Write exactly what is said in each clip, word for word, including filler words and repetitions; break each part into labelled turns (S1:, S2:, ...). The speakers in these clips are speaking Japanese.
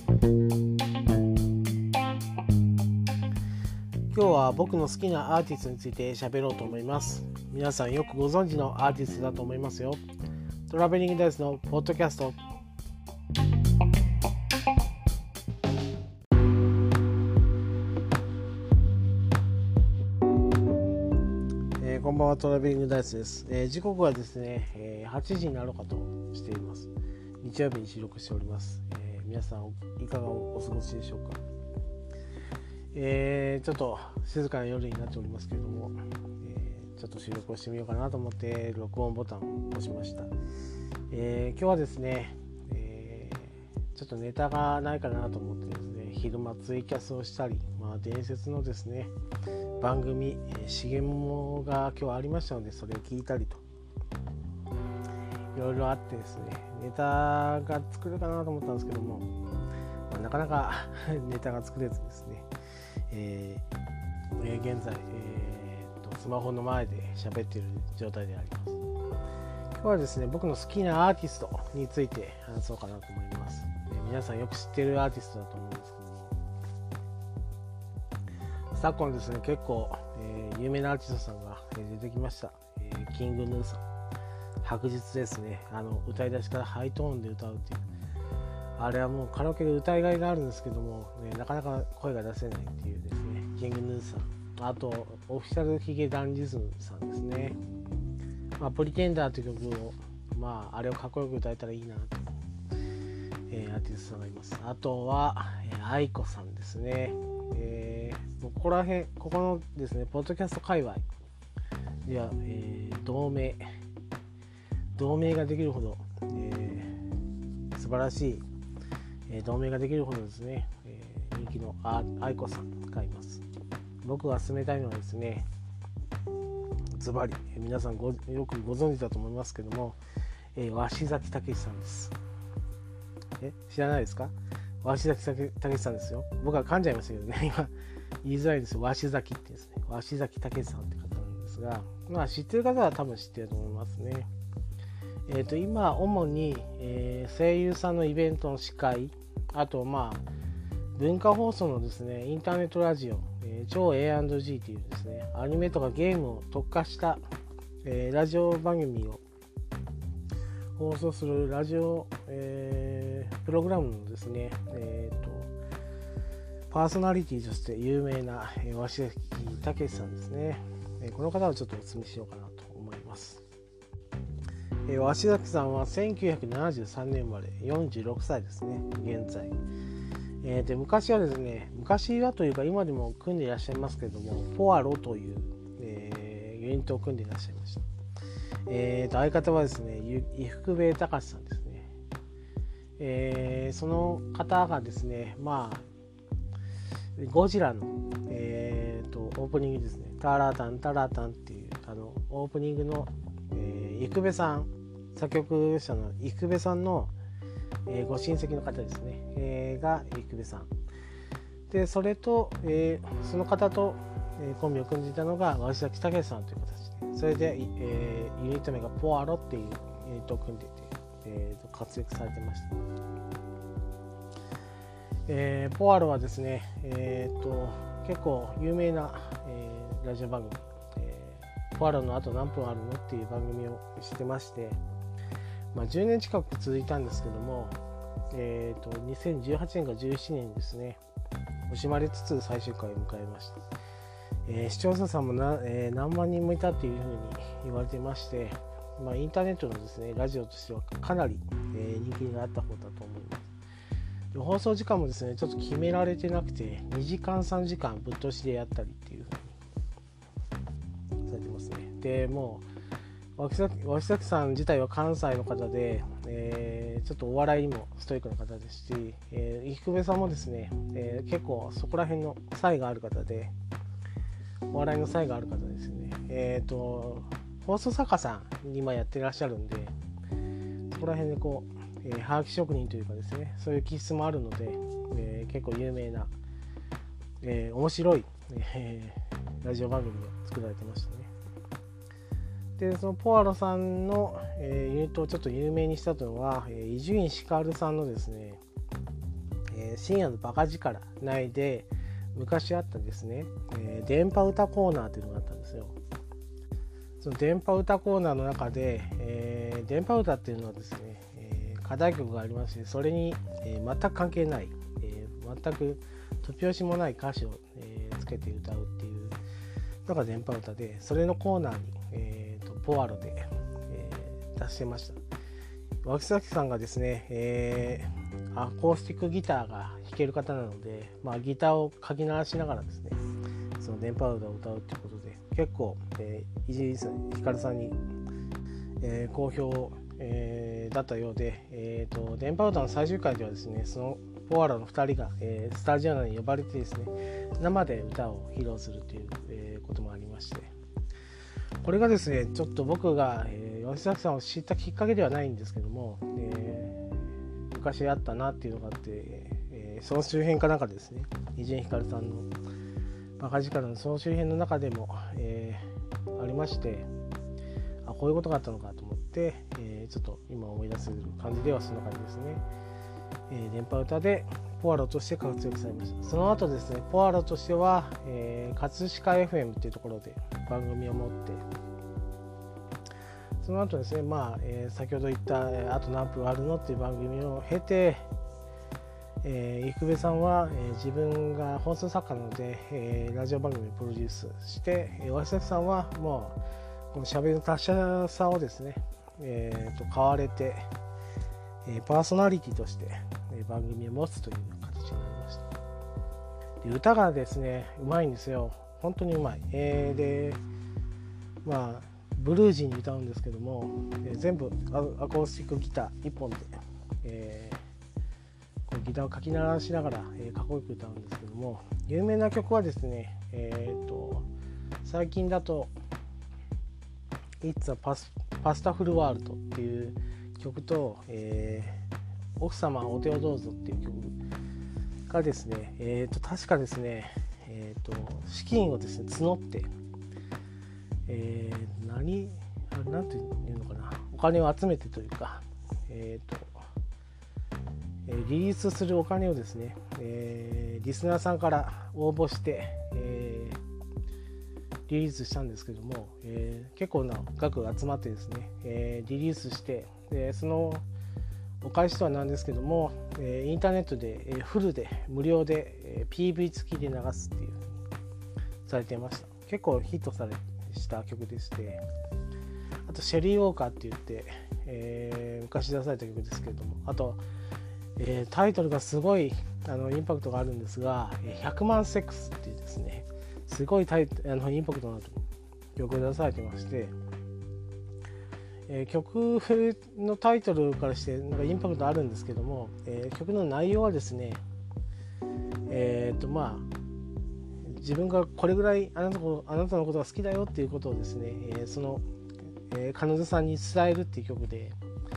S1: 今日は僕の好きなアーティストについて喋ろうと思います。皆さんよくご存知のアーティストだと思いますよ。トラベリングダイスのポッドキャスト。えー、こんばんは、トラベリングダイスです。えー、時刻はですね、えー、はちじになろうかとしています。日曜日に収録しております。えー、皆さんいかがお過ごしでしょうか。えー、ちょっと静かな夜になっておりますけれども、えー、ちょっと収録をしてみようかなと思って録音ボタンを押しました。えー、今日はですね、えー、ちょっとネタがないかなと思ってですね、昼間ツイキャスをしたり、まあ、伝説のですね番組、えー、しげもが今日ありましたので、それを聞いたりといろいろあってですね、ネタが作れるかなと思ったんですけども、まあ、なかなかネタが作れずですね、えーえー、現在、えー、とスマホの前で喋っている状態であります。今日はですね、僕の好きなアーティストについて話そうかなと思います。えー、皆さんよく知っているアーティストだと思うんですけども、昨今ですね、結構、えー、有名なアーティストさんが出てきました。えー、キングヌーさん、白日ですね。あの歌い出しからハイトーンで歌うっていう、あれはもうカラオケで歌いがいがあるんですけども、ね、なかなか声が出せないっていうですね、キングヌーさん、あとオフィシャルヒゲダンディズムさんですね。まあ、プリテンダーという曲を、まあ、あれをかっこよく歌えたらいいなと、えー、アーティストさんがいます。あとは、えー、愛子さんですね。えー、ここら辺、ここのですね、ポッドキャスト界隈では、えー、同盟、同盟ができるほど、えー、素晴らしいえー、同盟ができるほどですね、えー、人気の愛子さんがいます。僕が勧めたいのはですね、ズバリ、えー、皆さんごよくご存知だと思いますけども、えー、鷲崎武さんです。え知らないですか？鷲崎武さんですよ。僕は噛んじゃいましたけどね、今言いづらいですよ。鷲崎ってですね、鷲崎武さんって方なんですが、まあ知ってる方は多分知ってると思いますね。えー、と今主に、えー、声優さんのイベントの司会、あとまあ文化放送のですねインターネットラジオ、えー、超 エーアンドジー というですねアニメとかゲームを特化した、えー、ラジオ番組を放送するラジオ、えー、プログラムのですね、えー、とパーソナリティとして有名な、えー、鷲崎武さんですね、えー、この方をちょっとお勧めしようかなと思います。えー、鷲崎さんはせんきゅうひゃくななじゅうさんねん生まれ、よんじゅうろくさいですね、現在。えー、で昔はですね、昔はというか今でも組んでいらっしゃいますけれども、ポアロという、えー、ユニットを組んでいらっしゃいました。えー、と相方はですね、伊福部隆さんですね。えー、その方がですね、まあ、ゴジラの、えー、とオープニングですね、タラタンタラタンっていうあのオープニングの、えー、伊福部さん、作曲者の伊福部さんの、えー、ご親戚の方ですね、えー、が伊福部さんで、それと、えー、その方と、えー、コンビを組んでいたのが鷲崎武さんという形で、それで、えー、ユニット名がポアロっていうユニットを組んでいて、えー、と活躍されてました。えー、ポアロはですね、えー、と結構有名な、えー、ラジオ番組、えー、ポアロのあと何分あるのっていう番組をしてまして、まあ、じゅうねん近く続いたんですけども、えー、とにせんじゅうはちねんかじゅうななねんにですね、惜しまれつつ最終回を迎えました。えー、視聴者さんもな、えー、何万人もいたというふうに言われていまして、まあ、インターネットのですねラジオとしてはかなり、えー、人気があった方だと思います。で放送時間もですねちょっと決められてなくて、にじかんさんじかんぶっ通しでやったりっていうふうにされてますね。でもう鷲崎、鷲崎さん自体は関西の方で、えー、ちょっとお笑いにもストイックな方ですし、えー、伊福部さんもですね、えー、結構そこら辺の才がある方で、お笑いの才がある方ですよね。えっと放送作家さんに今やってらっしゃるんで、そこら辺でこう、えー、はがき職人というかですね、そういう気質もあるので、えー、結構有名な、えー、面白い、えー、ラジオ番組を作られてましたね。でそのポアロさんの、えー、ユニットをちょっと有名にしたというのは伊集院光さんのですね、ええー、深夜のバカ力内で昔あったですね、えー、電波歌コーナーというのがあったんですよ。その電波歌コーナーの中で、えー、電波歌っていうのはですね、えー、課題曲がありまして、それに、えー、全く関係ない、えー、全く突拍子もない歌詞を、えー、つけて歌うっていうのが電波歌で、それのコーナーに、えー、とポアロで、えー、出してました。脇崎さんがですね、えー、アコースティックギターが弾ける方なので、まあ、ギターをかき鳴らしながらですね、その電波歌を歌うということで、結構、えー、伊集院光さんに、えー、好評、えー、だったようで、えーと、電波歌の最終回ではですね、そのポアロのふたりが、えー、スタジオ内に呼ばれてですね、生で歌を披露するという、えー、こともありまして、これがですね、ちょっと僕が、えー、脇崎さんを知ったきっかけではないんですけども、えー、昔あったなっていうのがあって、えー、その周辺かなんかですね、伊集院光さんのバカ力のその周辺の中でも、えー、ありまして、あ、こういうことがあったのかと思って、えー、ちょっと今思い出せる感じではそんな感じですね。えー、電波歌でポアロとして活躍されました。その後ですね、ポアロとしては、えー、葛飾 エフエム っていうところで番組を持って、その後ですね、まあ、えー、先ほど言った、えー、あと何分あるのっていう番組を経て、えー、生部さんは、えー、自分が放送作家なので、えー、ラジオ番組をプロデュースして、えー、脇崎さんはもうこの喋りの達者さをですね、えー、と買われて、えー、パーソナリティとして、えー、番組を持つという形になりました。で、歌がですね、うまいんですよ。本当にうまい。えー、で、まあブルージーに歌うんですけども、えー、全部アコースティックギターいっぽんで、えーギターをかき鳴らしながら、えー、かっこよく歌うんですけども、有名な曲はですね、えー、と最近だと It's a Pastaful World っていう曲と、えー、奥様お手をどうぞっていう曲がですね、えー、と確かですね、えー、と資金をですね募って、えー、何あれなんていうのかな、お金を集めてというか、えー、とリリースするお金をですね、えー、リスナーさんから応募して、えー、リリースしたんですけども、えー、結構な額が集まってですね、えー、リリースして、でそのお返しとはなんですけども、えー、インターネットで、えー、フルで無料で、えー、ピーブイ 付きで流すっていうされていました。結構ヒットされした曲でして、あとシェリー・ウォーカーって言って、えー、昔出された曲ですけれども、あとえー、タイトルがすごいあのインパクトがあるんですが、ひゃくまんセックスっていうですね、すごいタイあのインパクトの曲が出されてまして、えー、曲のタイトルからしてなんかインパクトあるんですけども、えー、曲の内容はですね、えーとまあ、自分がこれぐらいあなたの、あなたのことが好きだよっていうことをですね、えー、その、えー、彼女さんに伝えるっていう曲で、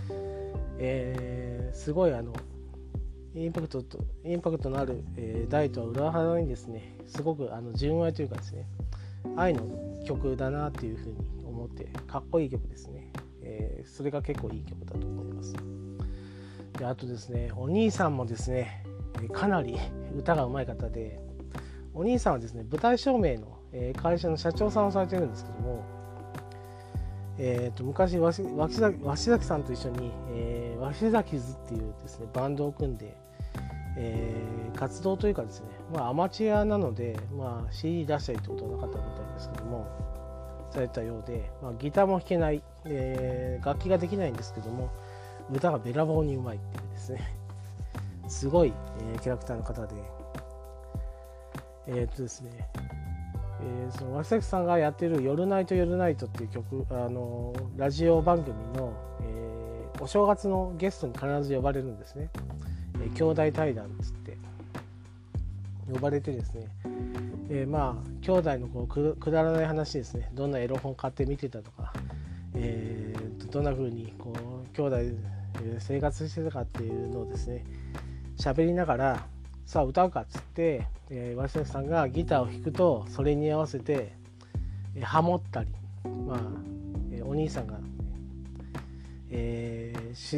S1: えー、すごいあのインパクトとインパクトのある、えー、大とは裏腹にですね、すごくあの純愛というかですね、愛の曲だなっていうふうに思って、かっこいい曲ですね、えー、それが結構いい曲だと思います。で、あとですね、お兄さんもですね、かなり歌がうまい方で、お兄さんはですね、舞台照明の、えー、会社の社長さんをされてるんですけども、えー、と昔脇崎、脇崎さんと一緒に、えー、脇崎図っていうですねバンドを組んで、えー、活動というかですね、まあ、アマチュアなので、まあ、シーディー 出したりってことはなかったみたいですけども、されたようで、まあ、ギターも弾けない、えー、楽器ができないんですけども、歌がべらぼうにうまいっていうですね、すごい、えー、キャラクターの方で、えー、っとですね、えー、その脇崎さんがやっている夜ナイト夜ナイトっていう曲、あのー、ラジオ番組の、えー、お正月のゲストに必ず呼ばれるんですね。えー、兄弟対談つって呼ばれてですね、えー、まあ兄弟のこう く, くだらない話ですね、どんなエロ本買って見てたとか、えー、どんな風にこう兄弟で生活してたかっていうのをですね喋りながら、さあ歌うかっつって、えー、脇崎さんがギターを弾くと、それに合わせて、えー、ハモったり、まあえー、お兄さんが、えー、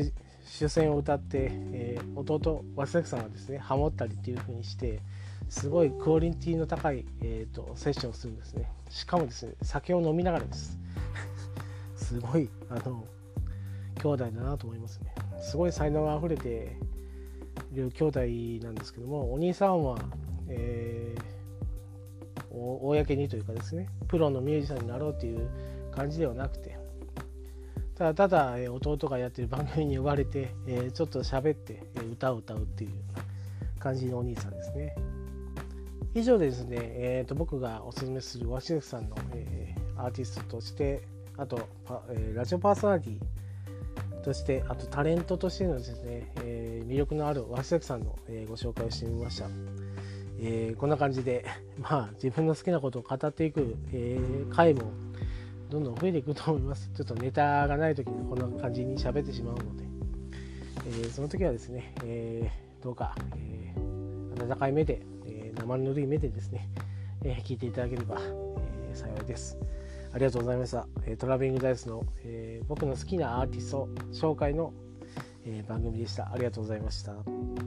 S1: 主戦を歌って、えー、弟鷲崎さんはですねハモったりっていう風にしてすごいクオリティの高い、えー、とセッションをするんですね。しかもですね酒を飲みながらですすごいあの兄弟だなと思いますね。すごい才能があふれている兄弟なんですけども、お兄さんは、えー、公にというかですねプロのミュージシャンになろうという感じではなくて、ただただ、えー、弟がやってる番組に呼ばれて、えー、ちょっと喋って、えー、歌を歌うっていう感じのお兄さんですね。以上でですね、えー、と僕がおすすめする鷲崎さんの、えー、アーティストとして、あと、えー、ラジオパーソナリティとして、あとタレントとしてのですね、えー、魅力のある鷲崎さんの、えー、ご紹介をしてみました。えー、こんな感じで、まあ、自分の好きなことを語っていく、えー、回もどんどん増えていくと思います。ちょっとネタがない時にこんな感じに喋ってしまうので、えー、その時はですね、えー、どうか、えー、温かい目で、えー、生ぬるい目でですね、えー、聞いていただければ、えー、幸いです。ありがとうございました。トラベリングダイスの、えー、僕の好きなアーティスト紹介の、えー、番組でした。ありがとうございました。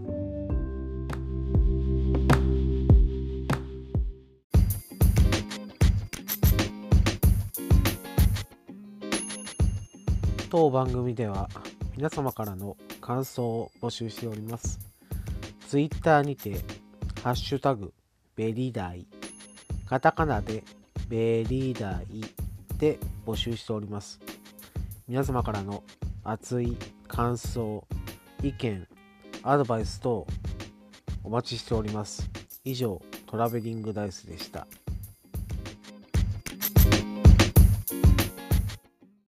S1: 当番組では皆様からの感想を募集しております。ツイッターにてハッシュタグベリダイ、カタカナでベリダイで募集しております。皆様からの熱い感想、意見、アドバイス等お待ちしております。以上、トラベリングダイスでした。